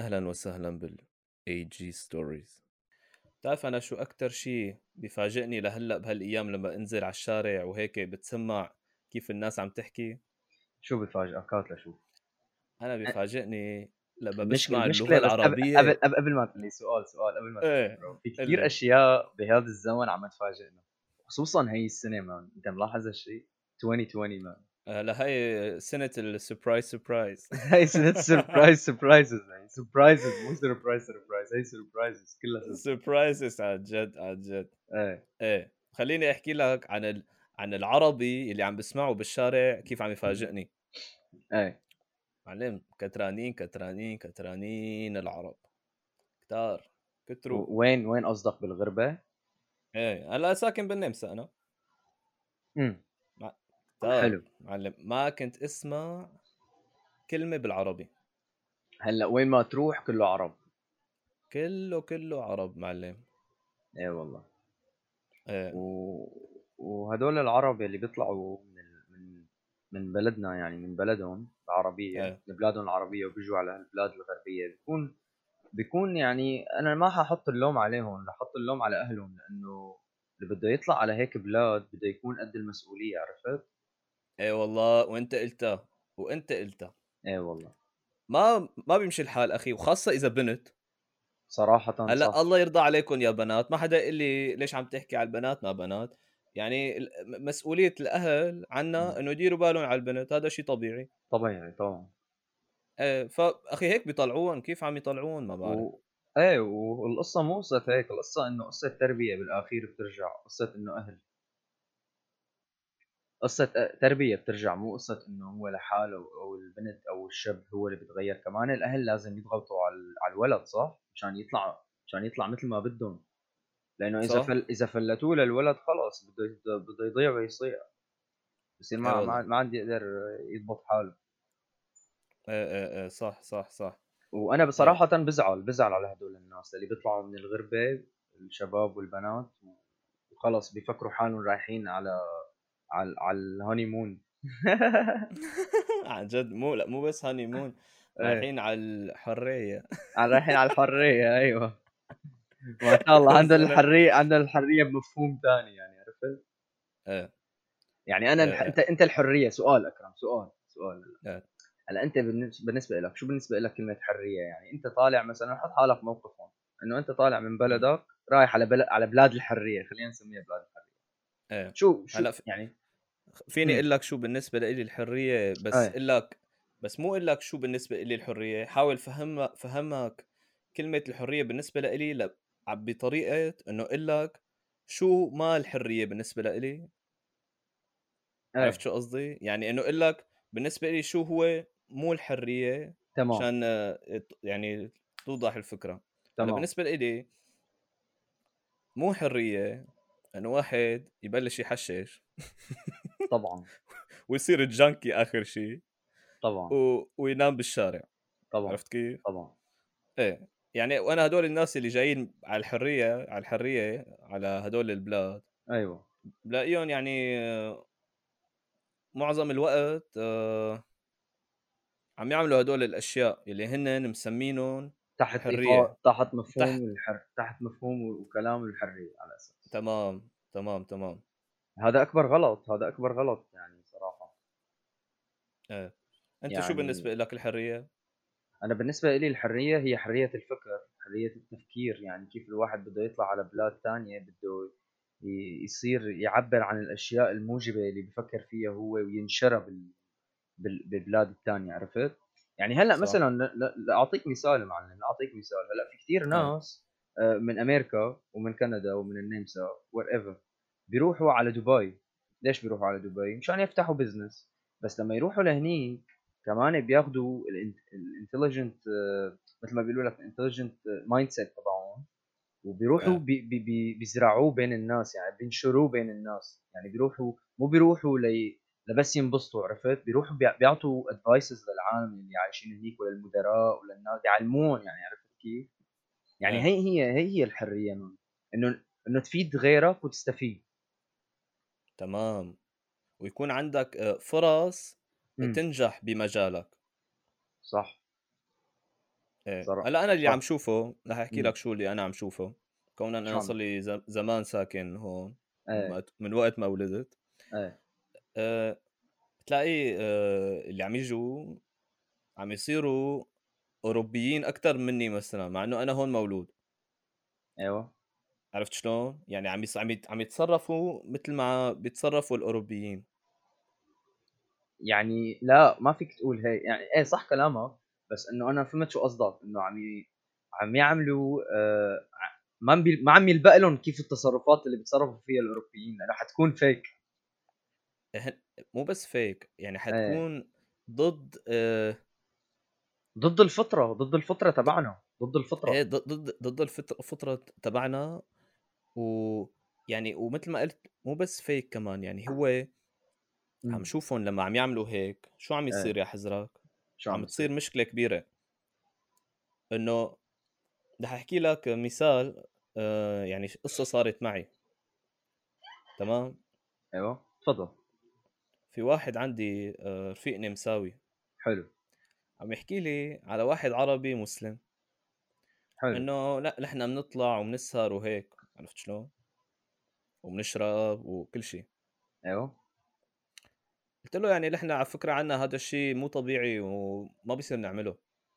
أهلا وسهلا بال AG Stories. بتعرف أنا شو أكتر شي بيفاجئني لهلأ بهالأيام لما أنزل على الشارع وهيك بتسمع كيف الناس عم تحكي. شو بفاجئك؟ هات لشوف. أنا بيفاجئني لما بسمع اللغة المشكله بس العربية. قبل ما تقول لي سؤال قبل ما تقول لي إيه برو، في كثير اللي اشياء بهذا الزمن عم تفاجئنا، خصوصا هي السنه مان. انت ملاحظ هالشيء؟ 2020 مان. هلا هاي سنة السربرايز. هي سنه سربرايزز، هي سربرايزز مو سربرايز، هي سربرايزز كلها سربرايز. سربرايزز عن جد عن جد. ايه إيه خليني أحكي لك عن عن العربي اللي عم بسمعه بالشارع كيف عم يفاجئني. ايه. معلم كترانين العرب كتار كتروا. وين قصدك بالغربه؟ ايه هلا ساكن بالنمسا انا. امم مع... كتار حلو. معلم ما كنت اسمع كلمة بالعربي. هلا وين ما تروح كله عرب. كله عرب معلم. ايه والله. ايه و... وهدول العرب اللي بيطلعوا من بلدنا، يعني من بلدهم العربية، ايه من بلادهم العربية، وبيجوا على البلاد الغربية، بيكون يعني أنا ما ححط اللوم عليهم، رح احط اللوم على أهلهم، لأنه اللي بده يطلع على هيك بلاد بده يكون قد المسؤولية، عرفت؟ ايه والله وانت قلتها. ايه والله. ما بيمشي الحال اخي وخاصة اذا بنت. صراحة هلا صح. الله يرضى عليكم يا بنات ما حدا يقول لي ليش عم تحكي على البنات ما بنات. يعني مسؤولية الاهل مم. عنا انه يديروا بالهم على البنت هذا شيء طبيعي. طبيعي طبعا. فاخي هيك بيطلعون كيف عم يطلعون ما بعرف. و... ايه، والقصة مو قصة هيك، القصة انه قصة تربية بالاخير، بترجع قصة انه اهل، قصة تربية بترجع، مو قصة إنه هو لحاله أو البنت أو الشاب هو اللي بيتغير. كمان الأهل لازم يضغطوا على الولد، صح؟ مشان يطلع مثل ما بدهم. لأنه صح إذا فلتوه للولد خلص بده يضيع ويصيع، بصير اي ما والله. ما عاد يقدر يضبط حاله. ايه صح. وأنا ايه بصراحة بزعل على هدول الناس اللي بيطلعوا من الغربة، الشباب والبنات، وخلص بيفكروا حالهم رايحين على الهوني مون. عن جد مو لا مو بس هاني مون. ايه، رايحين على الحرية. رايحين على الحرية، ايوه. ما شاء الله، الزلم. عندنا الحريه بمفهوم ثاني، يعني عرفت؟ ايه يعني ايه انت الحريه، سؤال اكرم، سؤال. ايه هلا انت بالنسبه لك، شو بالنسبه لك كلمه حريه؟ يعني انت طالع مثلا، حط حالك موقفهم، انه انت طالع من مم. بلدك رايح على بلاد الحريه، خلينا نسميها بلاد الحريه. ايه شو هلا يعني؟ فيني امم اقول لك شو بالنسبة لي الحرية بس ايه. اقول لك. بس مو اقول لك شو بالنسبة لي الحرية حاول فهمك كلمة الحرية بالنسبة لي بطريقة انه اقول لك شو ما الحرية بالنسبة لي. عرفت ايه شو قصدي؟ يعني انه اقول لك بالنسبه لي شو هو مو الحريه تمام. عشان يعني توضح الفكره. هلا تمام. بالنسبه لي مو حريه انه واحد يبلش يحشش طبعا. ويصير جانكي اخر شيء طبعا. وينام بالشارع. طبعا. عرفت كيف؟ طبعا. ايه يعني وانا هدول الناس اللي جايين على هدول البلاد ايوه. بلاقيهم يعني معظم الوقت عم يعملوا هدول الاشياء اللي هن مسمينهم الحريه. تحت تحت. مفهوم تحت مفهوم وكلام الحريه على اساس. تمام. هذا اكبر غلط يعني صراحه. ايه انت شو يعني بالنسبه لك الحريه؟ انا بالنسبه لي الحريه هي حريه الفكر، حريه التفكير. يعني كيف الواحد بده يطلع على بلاد تانية، بده يصير يعبر عن الاشياء الموجبه اللي بفكر فيها هو، وينشرها بالبلاد التانية، عرفت؟ يعني هلا صح. مثلا، اعطيك مثال معلم، اعطيك مثال. هلا في كثير ايه ناس من امريكا ومن كندا ومن النمسا wherever بيروحوا على دبي. ليش بيروحوا على دبي؟ مشان يفتحوا بزنس. بس لما يروحوا لهنيك كمان بياخذوا الانتليجنت، مثل ما بيقولوا لك الانتليجنت مايند سيت تبعهم، وبيروحوا ايه بيزرعوه بين الناس، يعني بينشروه بين الناس. يعني بيروحوا، مو بيروحوا لبس ينبسطوا، عرفت؟ بيروحوا بيعطوا ادفايسز للعالم اللي عايشين هنيك، وللمدراء وللناس، بيعلمون، يعني عرفت كيف؟ يعني ايه هي الحريه، من انه تفيد غيرك وتستفيد. تمام. ويكون عندك فرص امم تنجح بمجالك. صح. إيه صراحة هلا انا اللي عم صح. شوفه رح احكي إمم. لك شو اللي انا عم شوفه. كون شو انا عم صار لي زمان ساكن هون إيه، من وقت ما ولدت. إيه، أه بتلاقي اللي عم يجوا عم يصيروا اوروبيين اكثر مني مثلا، مع انه انا هون مولود. أيوه. عرفت شلون؟ يعني عم يتصرفوا مثل ما بيتصرفوا الاوروبيين. يعني لأ، ما فيك تقول هيك، يعني إيه صح كلامك، بس إنه أنا فهمت شو قصدك، إنه عم يعملوا ما عم يلبق لهم كيف التصرفات اللي بيتصرفوا فيها الأوروبيين، لأنه حتكون fake. مو بس فيك، يعني إيه، حتكون ضد ضد الفطرة تبعنا، ضد ايه الفطرة. ضد الفطرة تبعنا. ويعني ومثل ما قلت مو بس فيك كمان، يعني هو عم إمم. شوفهم لما عم يعملوا هيك شو عم إيه، يصير يا حزرك. شو عم عم بيصير؟ تصير مشكلة كبيرة. انه رح احكي لك مثال. يعني قصة صارت معي. تمام. أيوه، تفضل. في واحد عندي رفيق نمساوي حلو، عم يحكي لي على واحد عربي مسلم، حلو. انه لا نحن بنطلع وبنسهر وهيك. عرفت شلون؟ وبنشرب وكل شيء. أيوه. قلت له يعني نحن على فكرة عنا هذا الشيء مو طبيعي وما بيصير نعمله.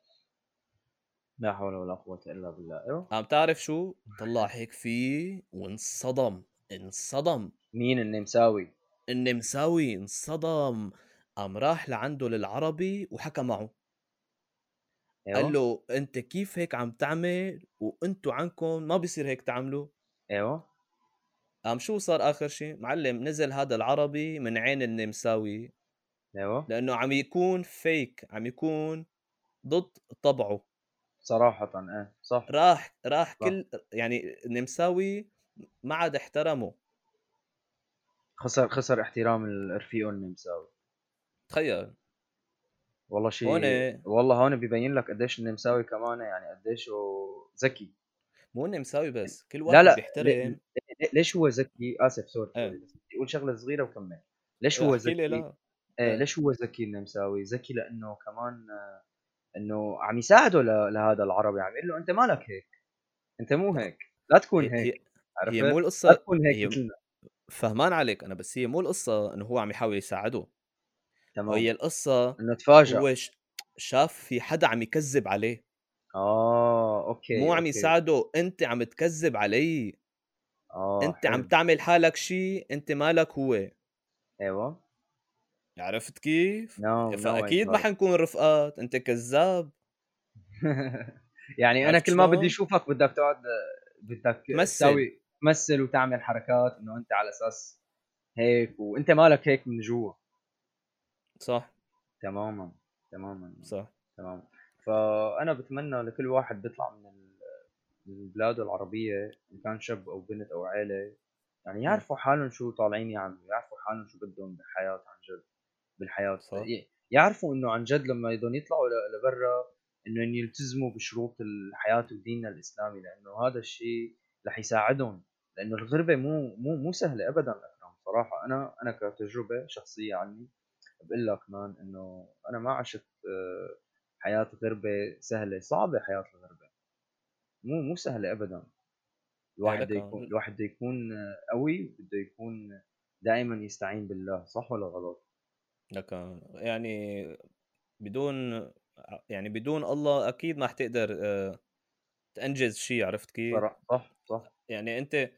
لا حول ولا قوة إلا بالله. أيوه. عم تعرف شو طلع هيك فيه وانصدم. انصدم. مين النمساوي؟ النمساوي انصدم. قام راح لعنده للعربي وحكى معه. قال أيوه، له انت كيف هيك عم تعمل وانتو عنكم ما بيصير هيك تعملوا. أيوه، قام شو صار اخر شيء معلم؟ نزل هذا العربي من عين النمساوي أيوه. لانه عم يكون فيك، عم يكون ضد طبعه. صراحةً إيه، صح، راح صح. كل يعني النمساوي ما عاد احترمه. خسر احترام رفيقه النمساوي. تخيل. والله هون والله هون بيبين لك قديش النمساوي كمان يعني قديشه ذكي. مو النمساوي بس، كل لا واحد لا بيحترم. ليش هو ذكي؟ اسف، سوري ايه سوري، بس بدي اقول شغله صغيره وكمل. ليش هو احكي لي. ذكي؟ لا. ايه ايه ليش هو ذكي النمساوي؟ ذكي لانه كمان انه عم يساعده لهذا العربي، عم يقول له انت مالك هيك، انت مو لا. هيك، لا تكون هي هي هيك. هي عرفت؟ مو لا القصة. تكون هيك هي مثلنا. فهمان عليك انا، بس هي مو القصة انه هو عم يحاول يساعده. تمام. هي القصة انه تفاجأ. هو شاف في حدا عم يكذب عليه. اه، مو اوكي عم اوكي. يساعده، انت عم تكذب علي. اه، انت عم حلو. تعمل حالك شيء انت مالك هو. ايوه. عرفت كيف؟ نو فاكيد ما انكار. حنكون رفقات، انت كذاب. يعني انا عرفت كل ما بدي شلون؟ اشوفك بدك تقعد، بدك تمثل. تساوي تمثل وتعمل حركات انه انت على اساس هيك، وانت مالك هيك من جوا. صح. تماما، تماما، صح. تماما. فانا بتمنى لكل واحد بيطلع من البلاد العربيه، ان كان شاب او بنت او عيله، يعني مم. يعرفوا حالهم شو طالعين يعملوا، يعرفوا حالهم شو بدهم بالحياه عن جد. بالحياه صح. يعرفوا انه عن جد لما بدهم يطلعوا لبرا، انه يلتزموا بشروط الحياه وديننا الاسلامي، لانه هذا الشيء رح يساعدهم. لانه الغربه مو سهله ابدا اكرم. صراحه انا كتجربه شخصيه عني بقول لك مان انه انا ما عشت حياه غربه سهله، صعبه حياه الغربه، مو سهله ابدا. ايه الواحد بده يكون قوي، بده يكون دائما يستعين بالله، صح ولا غلط؟ لك يعني بدون يعني بدون الله اكيد ما حتقدر تنجز شيء. عرفت كيف؟ صراحه صح صح. يعني انت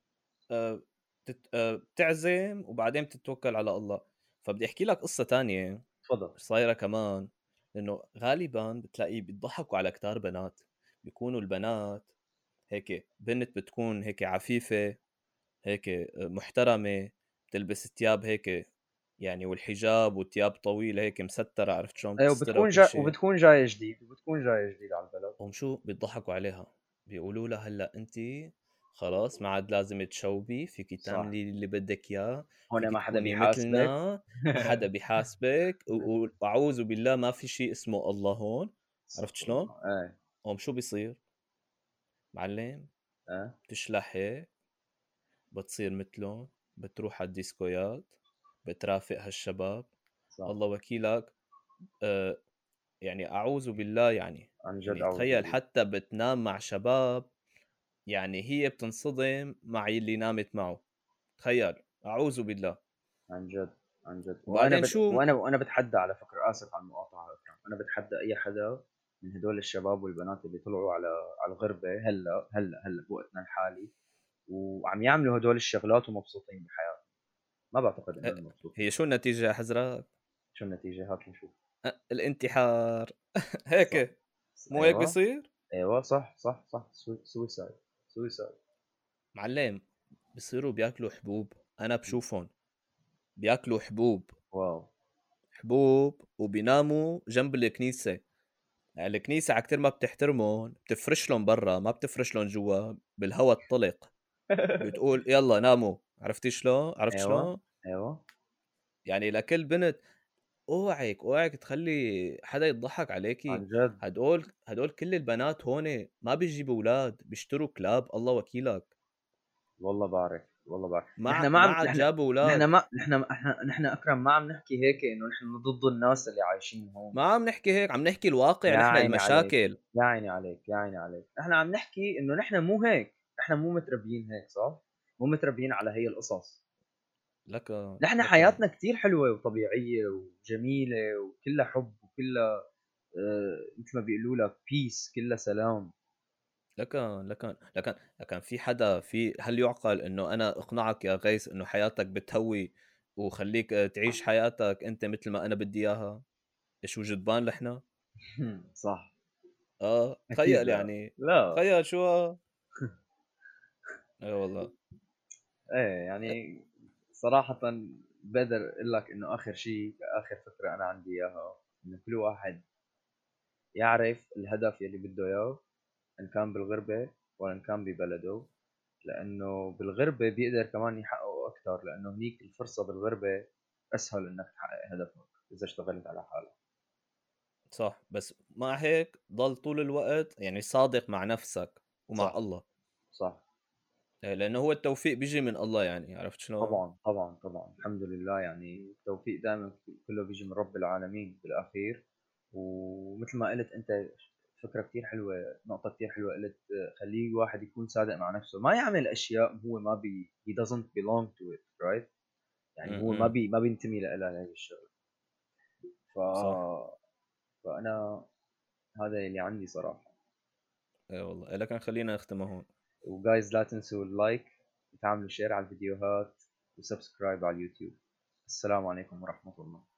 بتعزم وبعدين بتتوكل على الله. فبدي احكي لك قصة تانية تفضل. صايرة كمان. انه غالبا بتلاقيه بيضحكوا على كتار بنات. بيكونوا البنات هيك، بنت بتكون هيك عفيفة، هيك محترمة، بتلبس ثياب هيك يعني، والحجاب وثياب طويلة هيك مسترة. عرفت شلون؟ ايوه، بتسترها وكل شيء. وبتكون جاي جديد، على البلد. هم شو بيضحكوا عليها؟ بيقولوا لها هلا انت خلاص ما عاد لازم تشوبي، فيكي صح. تعملي اللي بدك اياه، هون فيكي ما حدا تكوني بيحاسبك. مثلنا، ما حدا بيحاسبك واعوذ بالله ما في شيء اسمه الله هون. عرفت استغفر شلون؟ الله. ايه. هم شو بيصير معلم؟ ايه. بتشلح هيك، بتصير مثلهم، بتروح على الديسكويات، بترافق هالشباب. صح. الله وكيلك. آه يعني اعوذ بالله يعني. عن جد يعني أعوذ تخيّل بالله. حتى بتنام مع شباب، يعني هي بتنصدم مع يلّي نامت معه، تخيّل، أعوذ بالله. عن جد، عن جد. وبعدين شو وأنا باتحدى على فكرة، آسف على المقاطعة إكرام، أنا باتحدى أي حدا من هدول الشباب والبنات اللي طلعوا على الغربة هلّا بوقتنا الحالي، وعم يعملوا هدول الشغلات ومبسوطين بحياتهم. ما باعتقد ه إنّهم مبسوطين. هي شو النتيجة يا حزرك؟ شو النتيجة؟ هات لنشوف. الانتحار. صح. هيك، مو هيك أيوه، بيصير؟ أيوه، صح، صح، صح. suicide. suicide. معلم، بصيروا بياكلوا حبوب، أنا باشوفهم بياكلوا حبوب، واو! حبوب وبيناموا جنب الكنيسة. يعني الكنيسة على كتير ما بتحترمهم، بتفرش لهم برا، ما بتفرش لهم جوا بالهوا الطلق، بتقول يلا ناموا. عرفتي شلون؟ عرفت أيوه، شلون؟ أيوه. يعني لكل بنت اوعك تخلي حدا يضحك عن عليكي. جد. هدول كل البنات هون ما بيجيبوا اولاد، بيشتروا كلاب، الله وكيلك. والله باعرف، والله باعرف. ما عاد جابوا اولاد. نحن أكرم ما عم نحكي هيك إنه نحن ضد الناس اللي عايشين هون. ما عم نحكي هيك، عم نحكي الواقع، يا نحن عيني عليك، المشاكل. يا عيني عليك، يا عيني عليك. نحن عم نحكي إنه نحن مو هيك، نحن مو متربيين هيك، صح؟ مو متربيين على هي القصص. لك نحن لك حياتنا كتير حلوة وطبيعية وجميلة وكلها حب وكلها مثل ما بيقولوا لك peace، كلها سلام. لكن في حدا، هل يعقل انه انا اقنعك يا غيث انه حياتك بتهوي وخليك تعيش حياتك انت مثل ما انا بدي اياها؟ ايش وجدبان لحنا؟ صح. أكيد تخيل لا، يعني، لا. تخيل شو. اي والله. إيه يعني صراحةً باقدر أقول لك إنه آخر شيء، آخر فكرة أنا عندي إياها، إنه كل واحد يعرف الهدف يلي بده إياه، إن كان بالغربة ولا إن كان ببلده، لأنه بالغربة بيقدر كمان يحققه أكتر، لأنه هنيك الفرصة بالغربة أسهل إنك تحقق هدفك إذا اشتغلت على حالك. صح، بس مع هيك ضل طول الوقت يعني صادق مع نفسك ومع صح، الله. صح. لانه هو التوفيق بيجي من الله، يعني عرفت شلون. طبعًا، طبعًا، طبعًا. الحمد لله، يعني التوفيق دايمًا كله بييجي من رب العالمين بالأخير. ومثل ما قُلت أنت فكرة كتير حلوة، نقطة كتير حلوة قُلت، خلّيه الواحد يكون صادق مع نفسه، ما يعمل أشياء هو ما he doesn't belong to it right. يعني هو امم ما بينتمي لإلها لهي الشغلة. ف صح. فأنا هذا اللي عندي صراحة. اي والله، لكن خلينا نختمها هون. وguys لا تنسوا اللايك وتعملوا شير على الفيديوهات وسبسكرايب على اليوتيوب. السلام عليكم ورحمة الله.